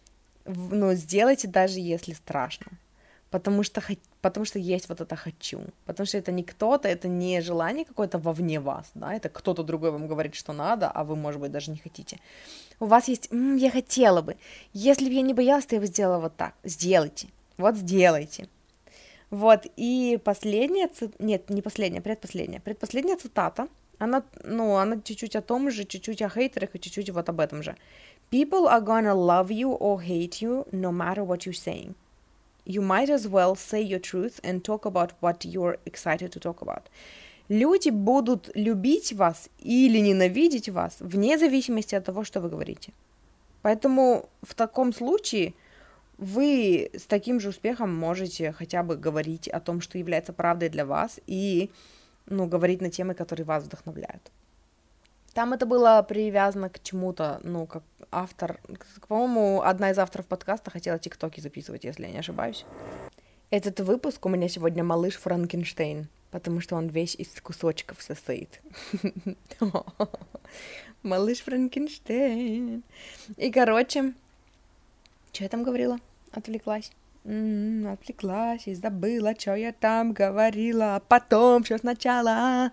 Ну, сделайте даже если страшно. Потому что, потому что есть вот это «хочу». Потому что это не кто-то, это не желание какое-то вовне вас, да, это кто-то другой вам говорит, что надо, а вы, может быть, даже не хотите. У вас есть «М, я хотела бы». Если бы я не боялась, то я бы сделала вот так. Сделайте. Вот сделайте. Вот, и последняя, ци- нет, не последняя, предпоследняя, предпоследняя цитата, она, ну, она чуть-чуть о том же, чуть-чуть о хейтерах и чуть-чуть вот об этом же. People are gonna love you or hate you no matter what you're saying. You might as well say your truth and talk about what you're excited to talk about. Люди будут любить вас или ненавидеть вас вне зависимости от того, что вы говорите. Поэтому в таком случае вы с таким же успехом можете хотя бы говорить о том, что является правдой для вас, и, ну, говорить на темы, которые вас вдохновляют. Там это было привязано к чему-то, ну, как автор... По-моему, одна из авторов подкаста хотела тиктоки записывать, если я не ошибаюсь. Этот выпуск у меня сегодня малыш Франкенштейн, потому что он весь из кусочков состоит. Малыш Франкенштейн. И, короче, что я там говорила? Отвлеклась. М-м, отвлеклась и забыла, что я там говорила. А потом все сначала.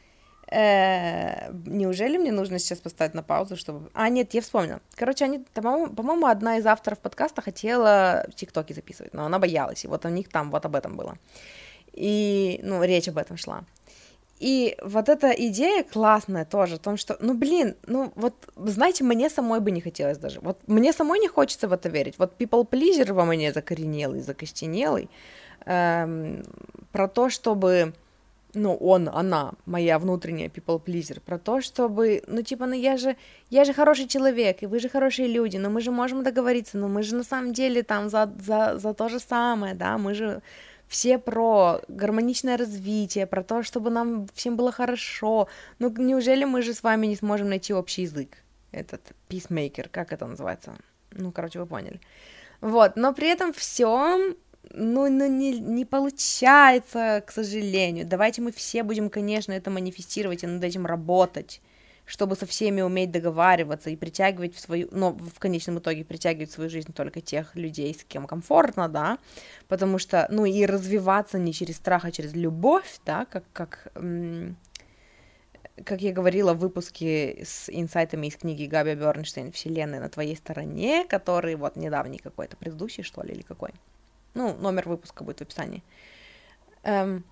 Э, неужели мне нужно сейчас поставить на паузу, чтобы... А, нет, я вспомнила. Короче, они, по-моему, по-моему, одна из авторов подкаста хотела тиктоки записывать, но она боялась, и вот у них там вот об этом было. И, ну, речь об этом шла. И вот эта идея классная тоже, о том, что, ну, блин, ну, вот, знаете, мне самой бы не хотелось даже. Вот мне самой не хочется в это верить. Вот people pleaser во мне закоренелый, закостенелый, эм, про то, чтобы... Ну, он, она, моя внутренняя people pleaser, про то, чтобы, ну, типа, ну, я же, я же хороший человек, и вы же хорошие люди, но мы же можем договориться, но мы же на самом деле там за, за, за то же самое, да, мы же все про гармоничное развитие, про то, чтобы нам всем было хорошо, ну, неужели мы же с вами не сможем найти общий язык, этот peacemaker, как это называется, ну, короче, вы поняли, вот, но при этом всем... Ну, ну не, не получается, к сожалению. Давайте мы все будем, конечно, это манифестировать и над этим работать, чтобы со всеми уметь договариваться и притягивать в свою, но в конечном итоге притягивать в свою жизнь только тех людей, с кем комфортно, да, потому что, ну, и развиваться не через страх, а через любовь, да, как, как, м- как я говорила в выпуске с инсайтами из книги Габи Бернштейн «Вселенная на твоей стороне», который вот недавний какой-то, предыдущий, что ли, или какой. Ну, номер выпуска будет в описании. Эм,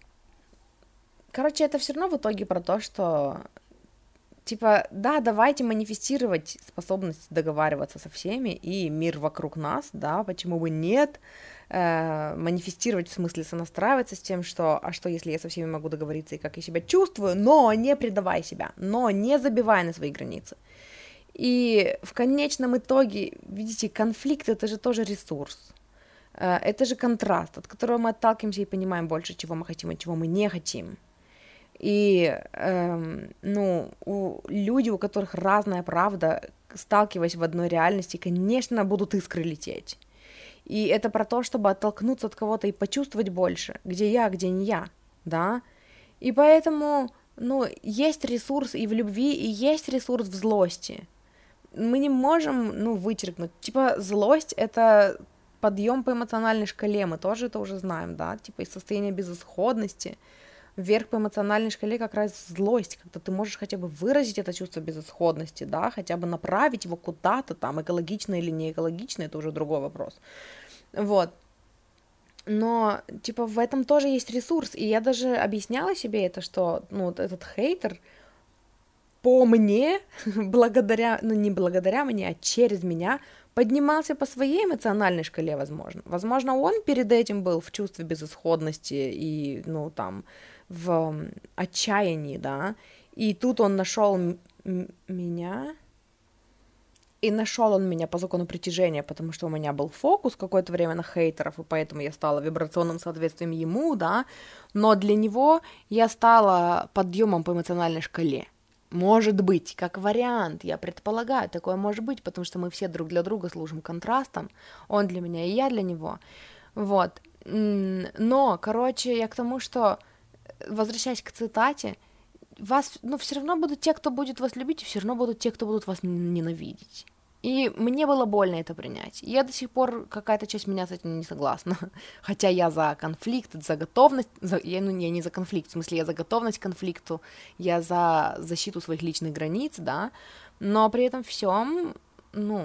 короче, это все равно в итоге про то, что, типа, да, давайте манифестировать способность договариваться со всеми и мир вокруг нас, да, почему бы нет, э, манифестировать в смысле сонастраиваться с тем, что, а что, если я со всеми могу договориться и как я себя чувствую, но не предавай себя, но не забивай на свои границы. И в конечном итоге, видите, конфликт — это же тоже ресурс. Это же контраст, от которого мы отталкиваемся и понимаем больше, чего мы хотим и чего мы не хотим. И, эм, ну, у, люди, у которых разная правда, сталкиваясь в одной реальности, конечно, будут искры лететь. И это про то, чтобы оттолкнуться от кого-то и почувствовать больше, где я, где не я, да. И поэтому, ну, есть ресурс и в любви, и есть ресурс в злости. Мы не можем, ну, вычеркнуть. Типа, злость — это... подъем по эмоциональной шкале, мы тоже это уже знаем, да, типа из состояния безысходности, вверх по эмоциональной шкале как раз злость, когда ты можешь хотя бы выразить это чувство безысходности, да, хотя бы направить его куда-то там, экологично или не экологично, это уже другой вопрос, вот, но, типа, в этом тоже есть ресурс, и я даже объясняла себе это, что, ну, этот хейтер, по мне, благодаря, ну, не благодаря мне, а через меня, поднимался по своей эмоциональной шкале, возможно. Возможно, он перед этим был в чувстве безысходности и, ну, там, в отчаянии, да, и тут он нашел м- меня, и нашел он меня по закону притяжения, потому что у меня был фокус какое-то время на хейтеров, и поэтому я стала вибрационным соответствием ему, да, но для него я стала подъемом по эмоциональной шкале. Может быть, как вариант, я предполагаю, такое может быть, потому что мы все друг для друга служим контрастом, он для меня и я для него, вот, но, короче, я к тому, что, возвращаясь к цитате, вас, ну, все равно будут те, кто будет вас любить, и все равно будут те, кто будут вас ненавидеть. И мне было больно это принять. Я до сих пор, какая-то часть меня с этим не согласна. Хотя я за конфликт, за готовность, за, я, ну, я не за конфликт, в смысле, я за готовность к конфликту, я за защиту своих личных границ, да, но при этом всем, ну,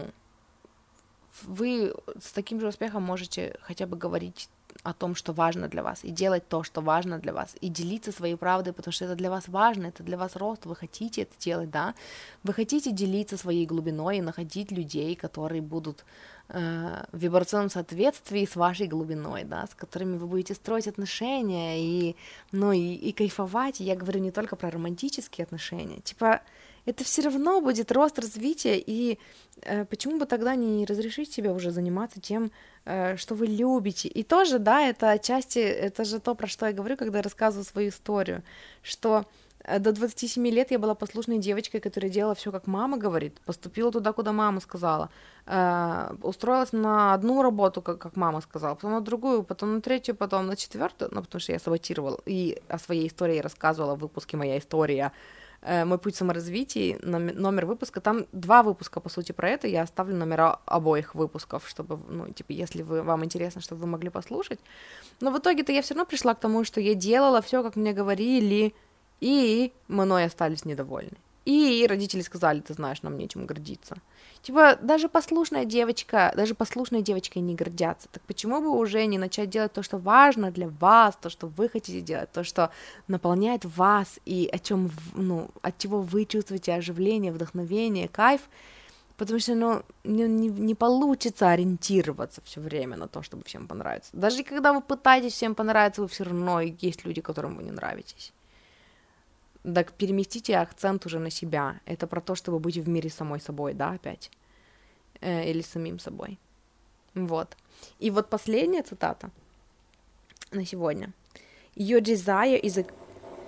вы с таким же успехом можете хотя бы говорить о том, что важно для вас, и делать то, что важно для вас, и делиться своей правдой, потому что это для вас важно, это для вас рост, вы хотите это делать, да, вы хотите делиться своей глубиной и находить людей, которые будут э, в вибрационном соответствии с вашей глубиной, да, с которыми вы будете строить отношения и, ну, и, и кайфовать, и я говорю не только про романтические отношения, типа, это все равно будет рост, развитие, и э, почему бы тогда не разрешить себе уже заниматься тем, э, что вы любите. И тоже, да, это отчасти, это же то, про что я говорю, когда я рассказываю свою историю, что э, до двадцати семи лет я была послушной девочкой, которая делала все, как мама говорит, поступила туда, куда мама сказала, э, устроилась на одну работу, как, как мама сказала, потом на другую, потом на третью, потом на четвертую, ну, потому что я саботировала, и о своей истории рассказывала в выпуске «Моя история», э, «Мой путь саморазвития», номер, номер выпуска, там два выпуска, по сути, про это, я оставлю номера обоих выпусков, чтобы, ну, типа, если вы, вам интересно, чтобы вы могли послушать. Но в итоге-то я все равно пришла к тому, что я делала все, как мне говорили, и мной остались недовольны. И родители сказали: ты знаешь, нам нечем гордиться. Типа, даже послушная девочка, даже послушной девочкой не гордятся. Так почему бы уже не начать делать то, что важно для вас, то, что вы хотите делать, то, что наполняет вас, и о чем, ну, от чего вы чувствуете оживление, вдохновение, кайф, потому что, ну, не, не, не получится ориентироваться все время на то, чтобы всем понравиться. Даже когда вы пытаетесь всем понравиться, вы все равно есть люди, которым вы не нравитесь. Так переместите акцент уже на себя. Это про то, чтобы быть в мире самой собой, да, опять? Э, или самим собой. Вот. И вот последняя цитата на сегодня. Your desire is a...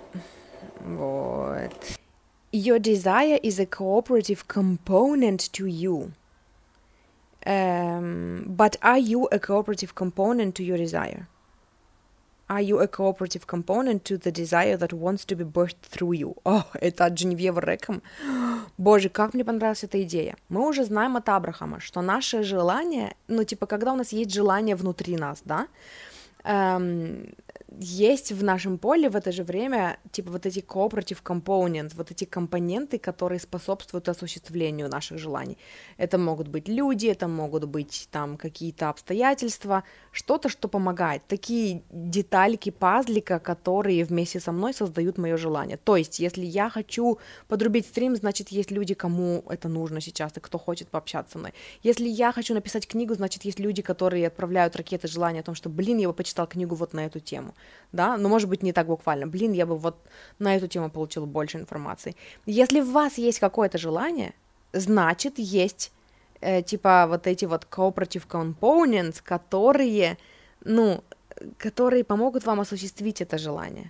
Вот. Your desire is a cooperative component to you. Um, but are you a cooperative component to your desire? Are you a cooperative component to the desire that wants to be birthed through you? О, это от Дженевьевы Рэком. Боже, как мне понравилась эта идея. Мы уже знаем от Абрахама, что наше желание, ну, типа, когда у нас есть желание внутри нас, да, эм, есть в нашем поле в это же время, типа, вот эти cooperative components, вот эти компоненты, которые способствуют осуществлению наших желаний. Это могут быть люди, это могут быть там какие-то обстоятельства, что-то, что помогает. Такие детальки пазлика, которые вместе со мной создают мое желание. То есть, если я хочу подрубить стрим, значит, есть люди, кому это нужно сейчас, и кто хочет пообщаться со мной. Если я хочу написать книгу, значит, есть люди, которые отправляют ракеты желания о том, что, блин, я бы почитал книгу вот на эту тему. Да, но, может быть, не так буквально. Блин, я бы вот на эту тему получила больше информации. Если в вас есть какое-то желание, значит, есть, э, типа, вот эти вот cooperative components, которые, ну, которые помогут вам осуществить это желание.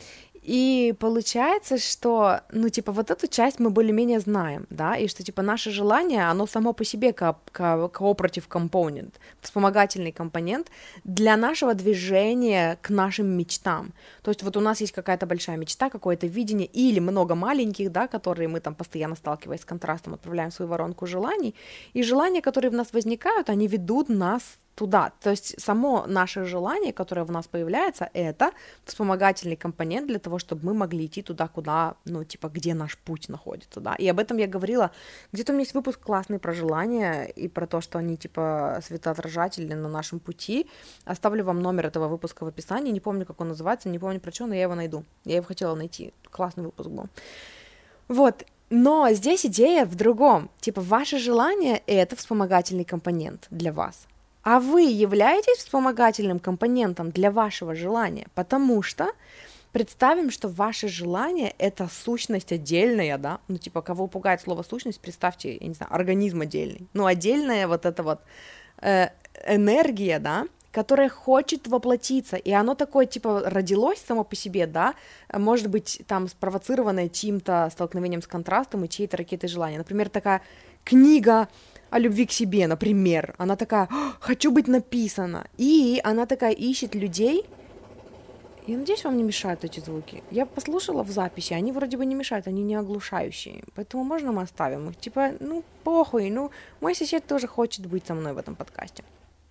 И получается, что, ну, типа, вот эту часть мы более-менее знаем, да, и что, типа, наше желание, оно само по себе ко- ко- cooperative component, вспомогательный компонент для нашего движения к нашим мечтам. То есть вот у нас есть какая-то большая мечта, какое-то видение, или много маленьких, да, которые мы там постоянно, сталкиваясь с контрастом, отправляем в свою воронку желаний, и желания, которые в нас возникают, они ведут нас туда. То есть само наше желание, которое в нас появляется, это вспомогательный компонент для того, чтобы мы могли идти туда, куда, ну, типа, где наш путь находится, да. И об этом я говорила. Где-то у меня есть выпуск классный про желания и про то, что они, типа, светоотражатели на нашем пути. Оставлю вам номер этого выпуска в описании. Не помню, как он называется, не помню про что, но я его найду. Я его хотела найти. Классный выпуск был. Вот. Но здесь идея в другом. Типа, ваше желание — это вспомогательный компонент для вас. А вы являетесь вспомогательным компонентом для вашего желания, потому что представим, что ваше желание — это сущность отдельная, да, ну, типа, кого пугает слово сущность, представьте, я не знаю, организм отдельный, ну, отдельная вот эта вот э, энергия, да, которая хочет воплотиться, и оно такое, типа, родилось само по себе, да, может быть, там, спровоцированное чьим-то столкновением с контрастом и чьей-то ракетой желания, например, такая книга о любви к себе, например, она такая: хочу быть написана, и она такая ищет людей. Я надеюсь, вам не мешают эти звуки. Я послушала в записи, они вроде бы не мешают, они не оглушающие, поэтому можно мы оставим их, типа, ну, похуй, ну, мой сосед тоже хочет быть со мной в этом подкасте.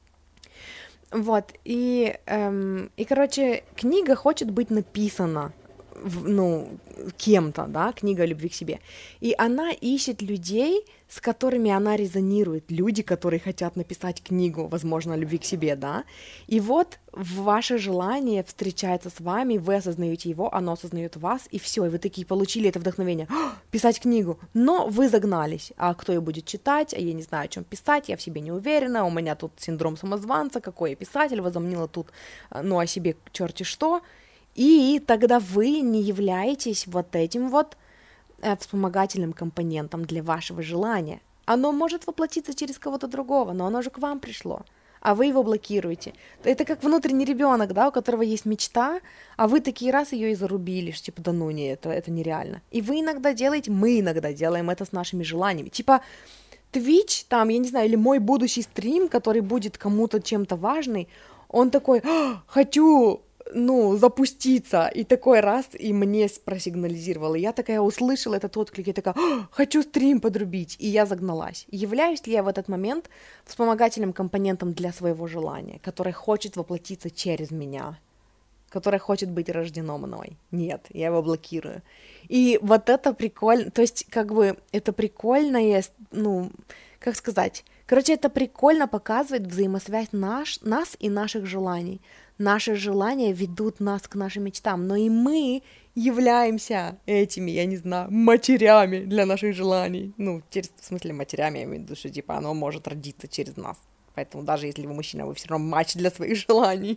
Вот, и, эм, и, короче, книга хочет быть написана, в, ну, кем-то, да, книга о любви к себе, и она ищет людей, с которыми она резонирует, люди, которые хотят написать книгу, возможно, о любви к себе, да, и вот ваше желание встречается с вами, вы осознаете его, оно осознает вас, и все, и вы такие получили это вдохновение, писать книгу, но вы загнались, а кто ее будет читать, а я не знаю, о чем писать, я в себе не уверена, у меня тут синдром самозванца, какой я писатель, возомнила тут, ну, о себе черти что, и тогда вы не являетесь вот этим вот э, вспомогательным компонентом для вашего желания. Оно может воплотиться через кого-то другого, но оно же к вам пришло, а вы его блокируете. Это как внутренний ребенок, да, у которого есть мечта, а вы такие раз ее и зарубили, что типа, да ну не, это, это нереально. И вы иногда делаете, мы иногда делаем это с нашими желаниями. Типа, Twitch, там, я не знаю, или мой будущий стрим, который будет кому-то чем-то важный, он такой: хочу ну, запуститься, и такой раз, и мне просигнализировало. Я такая услышала этот отклик, и такая, хочу стрим подрубить, и я загналась. Являюсь ли я в этот момент вспомогательным компонентом для своего желания, которое хочет воплотиться через меня, которое хочет быть рождено мной? Нет, я его блокирую. И вот это прикольно, то есть, как бы, это прикольное, ну, как сказать, короче, это прикольно показывает взаимосвязь наш, нас и наших желаний. Наши желания ведут нас к нашим мечтам, но и мы являемся этими, я не знаю, матерями для наших желаний. Ну, через, в смысле, матерями, я имею в виду, что, типа, оно может родиться через нас. Поэтому даже если вы мужчина, вы все равно мать для своих желаний.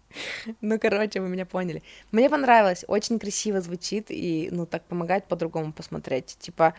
Ну, короче, вы меня поняли. Мне понравилось, очень красиво звучит, и, ну, так помогает по-другому посмотреть. Типа,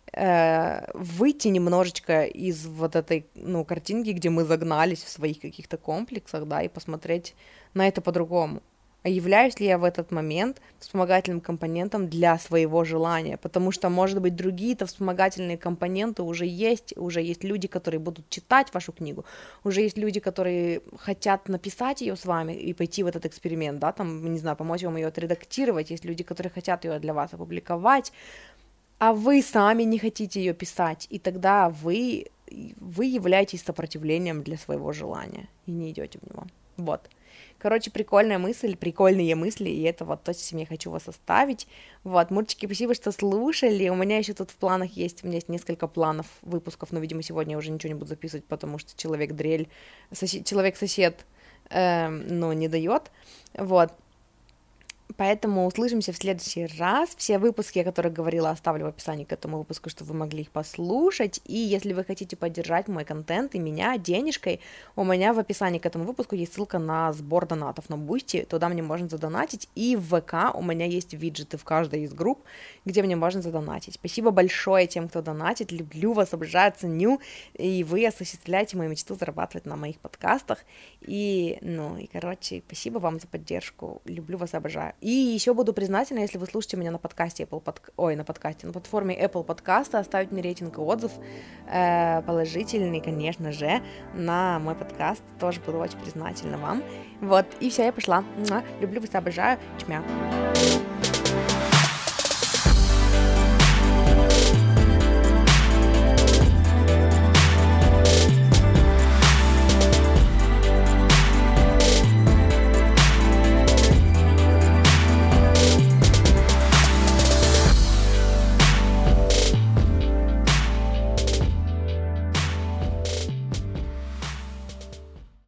э, выйти немножечко из вот этой, ну, картинки, где мы загнались в своих каких-то комплексах, да, и посмотреть на это по-другому. А являюсь ли я в этот момент вспомогательным компонентом для своего желания? Потому что, может быть, другие-то вспомогательные компоненты уже есть, уже есть люди, которые будут читать вашу книгу, уже есть люди, которые хотят написать ее с вами и пойти в этот эксперимент, да, там, не знаю, помочь вам ее отредактировать, есть люди, которые хотят ее для вас опубликовать, а вы сами не хотите ее писать, и тогда вы, вы являетесь сопротивлением для своего желания и не идете в него. Вот. Короче, прикольная мысль, прикольные мысли, и это вот то, с чем я хочу вас оставить. Вот, Мурчики, спасибо, что слушали. У меня еще тут в планах есть, у меня есть несколько планов выпусков, но, видимо, сегодня я уже ничего не буду записывать, потому что человек-дрель, сосед, человек-сосед, э, ну, не дает. Вот. Поэтому услышимся в следующий раз. Все выпуски, о которых говорила, оставлю в описании к этому выпуску, чтобы вы могли их послушать. И если вы хотите поддержать мой контент и меня денежкой, у меня в описании к этому выпуску есть ссылка на сбор донатов на Бусти. Туда мне можно задонатить. И в ВК у меня есть виджеты в каждой из групп, где мне можно задонатить. Спасибо большое тем, кто донатит. Люблю вас, обожаю, ценю. И вы осуществляете мою мечту зарабатывать на моих подкастах. И, ну, и, короче, спасибо вам за поддержку. Люблю вас, обожаю. И еще буду признательна, если вы слушаете меня на подкасте Apple под... Ой, на подкасте, на платформе Apple подкаста, оставить мне рейтинг и отзыв э, положительный, конечно же, на мой подкаст. Тоже буду очень признательна вам. Вот, и все, я пошла. Люблю вас, обожаю. Чмя.